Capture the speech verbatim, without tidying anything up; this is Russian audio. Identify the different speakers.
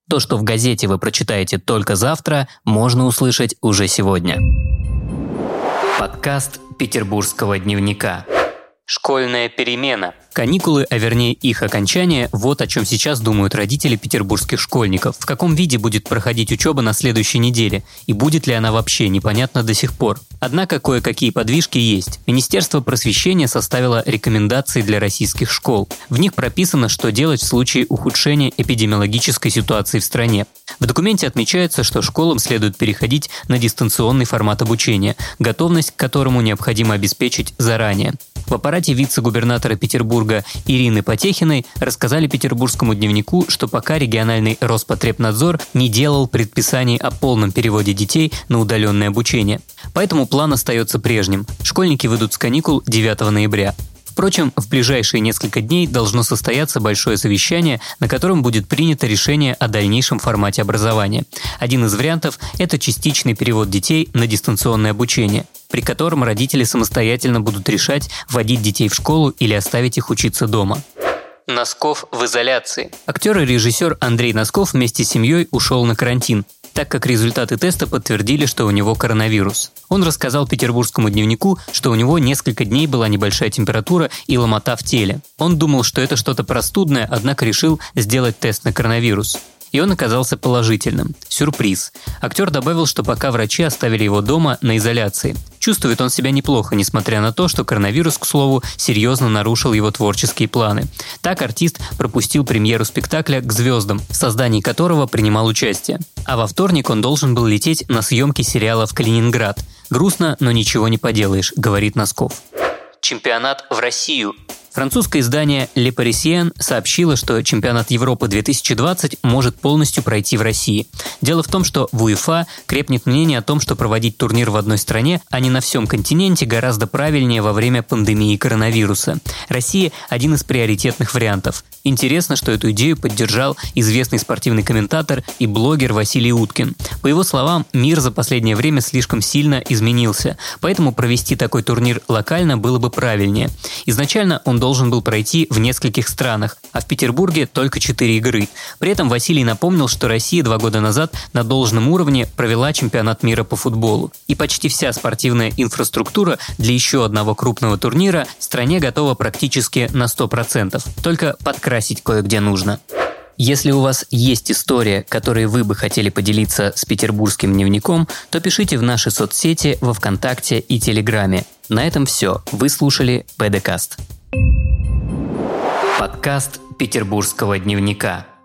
Speaker 1: То, что в газете вы прочитаете только завтра, можно услышать уже сегодня. Подкаст Петербургского дневника. Школьная перемена. Каникулы, а вернее их окончание – вот о чем сейчас думают родители петербургских школьников. В каком виде будет проходить учеба на следующей неделе и будет ли она вообще, непонятно до сих пор. Однако кое-какие подвижки есть. Министерство просвещения составило рекомендации для российских школ. В них прописано, что делать в случае ухудшения эпидемиологической ситуации в стране. В документе отмечается, что школам следует переходить на дистанционный формат обучения, готовность к которому необходимо обеспечить заранее. В аппарате вице-губернатора Петербурга Ирины Потехиной рассказали Петербургскому дневнику, что пока региональный Роспотребнадзор не делал предписаний о полном переводе детей на удаленное обучение. Поэтому план остается прежним. Школьники выйдут с каникул девятого ноября. Впрочем, в ближайшие несколько дней должно состояться большое совещание, на котором будет принято решение о дальнейшем формате образования. Один из вариантов – это частичный перевод детей на дистанционное обучение, при котором родители самостоятельно будут решать, вводить детей в школу или оставить их учиться дома. Носков в изоляции. Актер и режиссер Андрей Носков вместе с семьей ушел на карантин, так как результаты теста подтвердили, что у него коронавирус. Он рассказал Петербургскому дневнику, что у него несколько дней была небольшая температура и ломота в теле. Он думал, что это что-то простудное, однако решил сделать тест на коронавирус. И он оказался положительным. Сюрприз. Актер добавил, что пока врачи оставили его дома на изоляции. Чувствует он себя неплохо, несмотря на то, что коронавирус, к слову, серьезно нарушил его творческие планы. Так артист пропустил премьеру спектакля «К звездам», в создании которого принимал участие. А во вторник он должен был лететь на съемки сериала в Калининград. «Грустно, но ничего не поделаешь», — говорит Носков. Чемпионат в Россию. Французское издание Le Parisien сообщило, что чемпионат Европы две тысячи двадцать может полностью пройти в России. Дело в том, что в УЕФА крепнет мнение о том, что проводить турнир в одной стране, а не на всем континенте, гораздо правильнее во время пандемии коронавируса. Россия – один из приоритетных вариантов. Интересно, что эту идею поддержал известный спортивный комментатор и блогер Василий Уткин. По его словам, мир за последнее время слишком сильно изменился, поэтому провести такой турнир локально было бы правильнее. Изначально он должен был пройти в нескольких странах, а в Петербурге только четыре игры. При этом Василий напомнил, что Россия два года назад на должном уровне провела чемпионат мира по футболу. И почти вся спортивная инфраструктура для еще одного крупного турнира в стране готова практически на сто процентов. Только подкрасить кое-где нужно. Если у вас есть история, которой вы бы хотели поделиться с Петербургским дневником, то пишите в наши соцсети во ВКонтакте и Телеграме. На этом все. Вы слушали ПДКаст. Подкаст Петербургского дневника.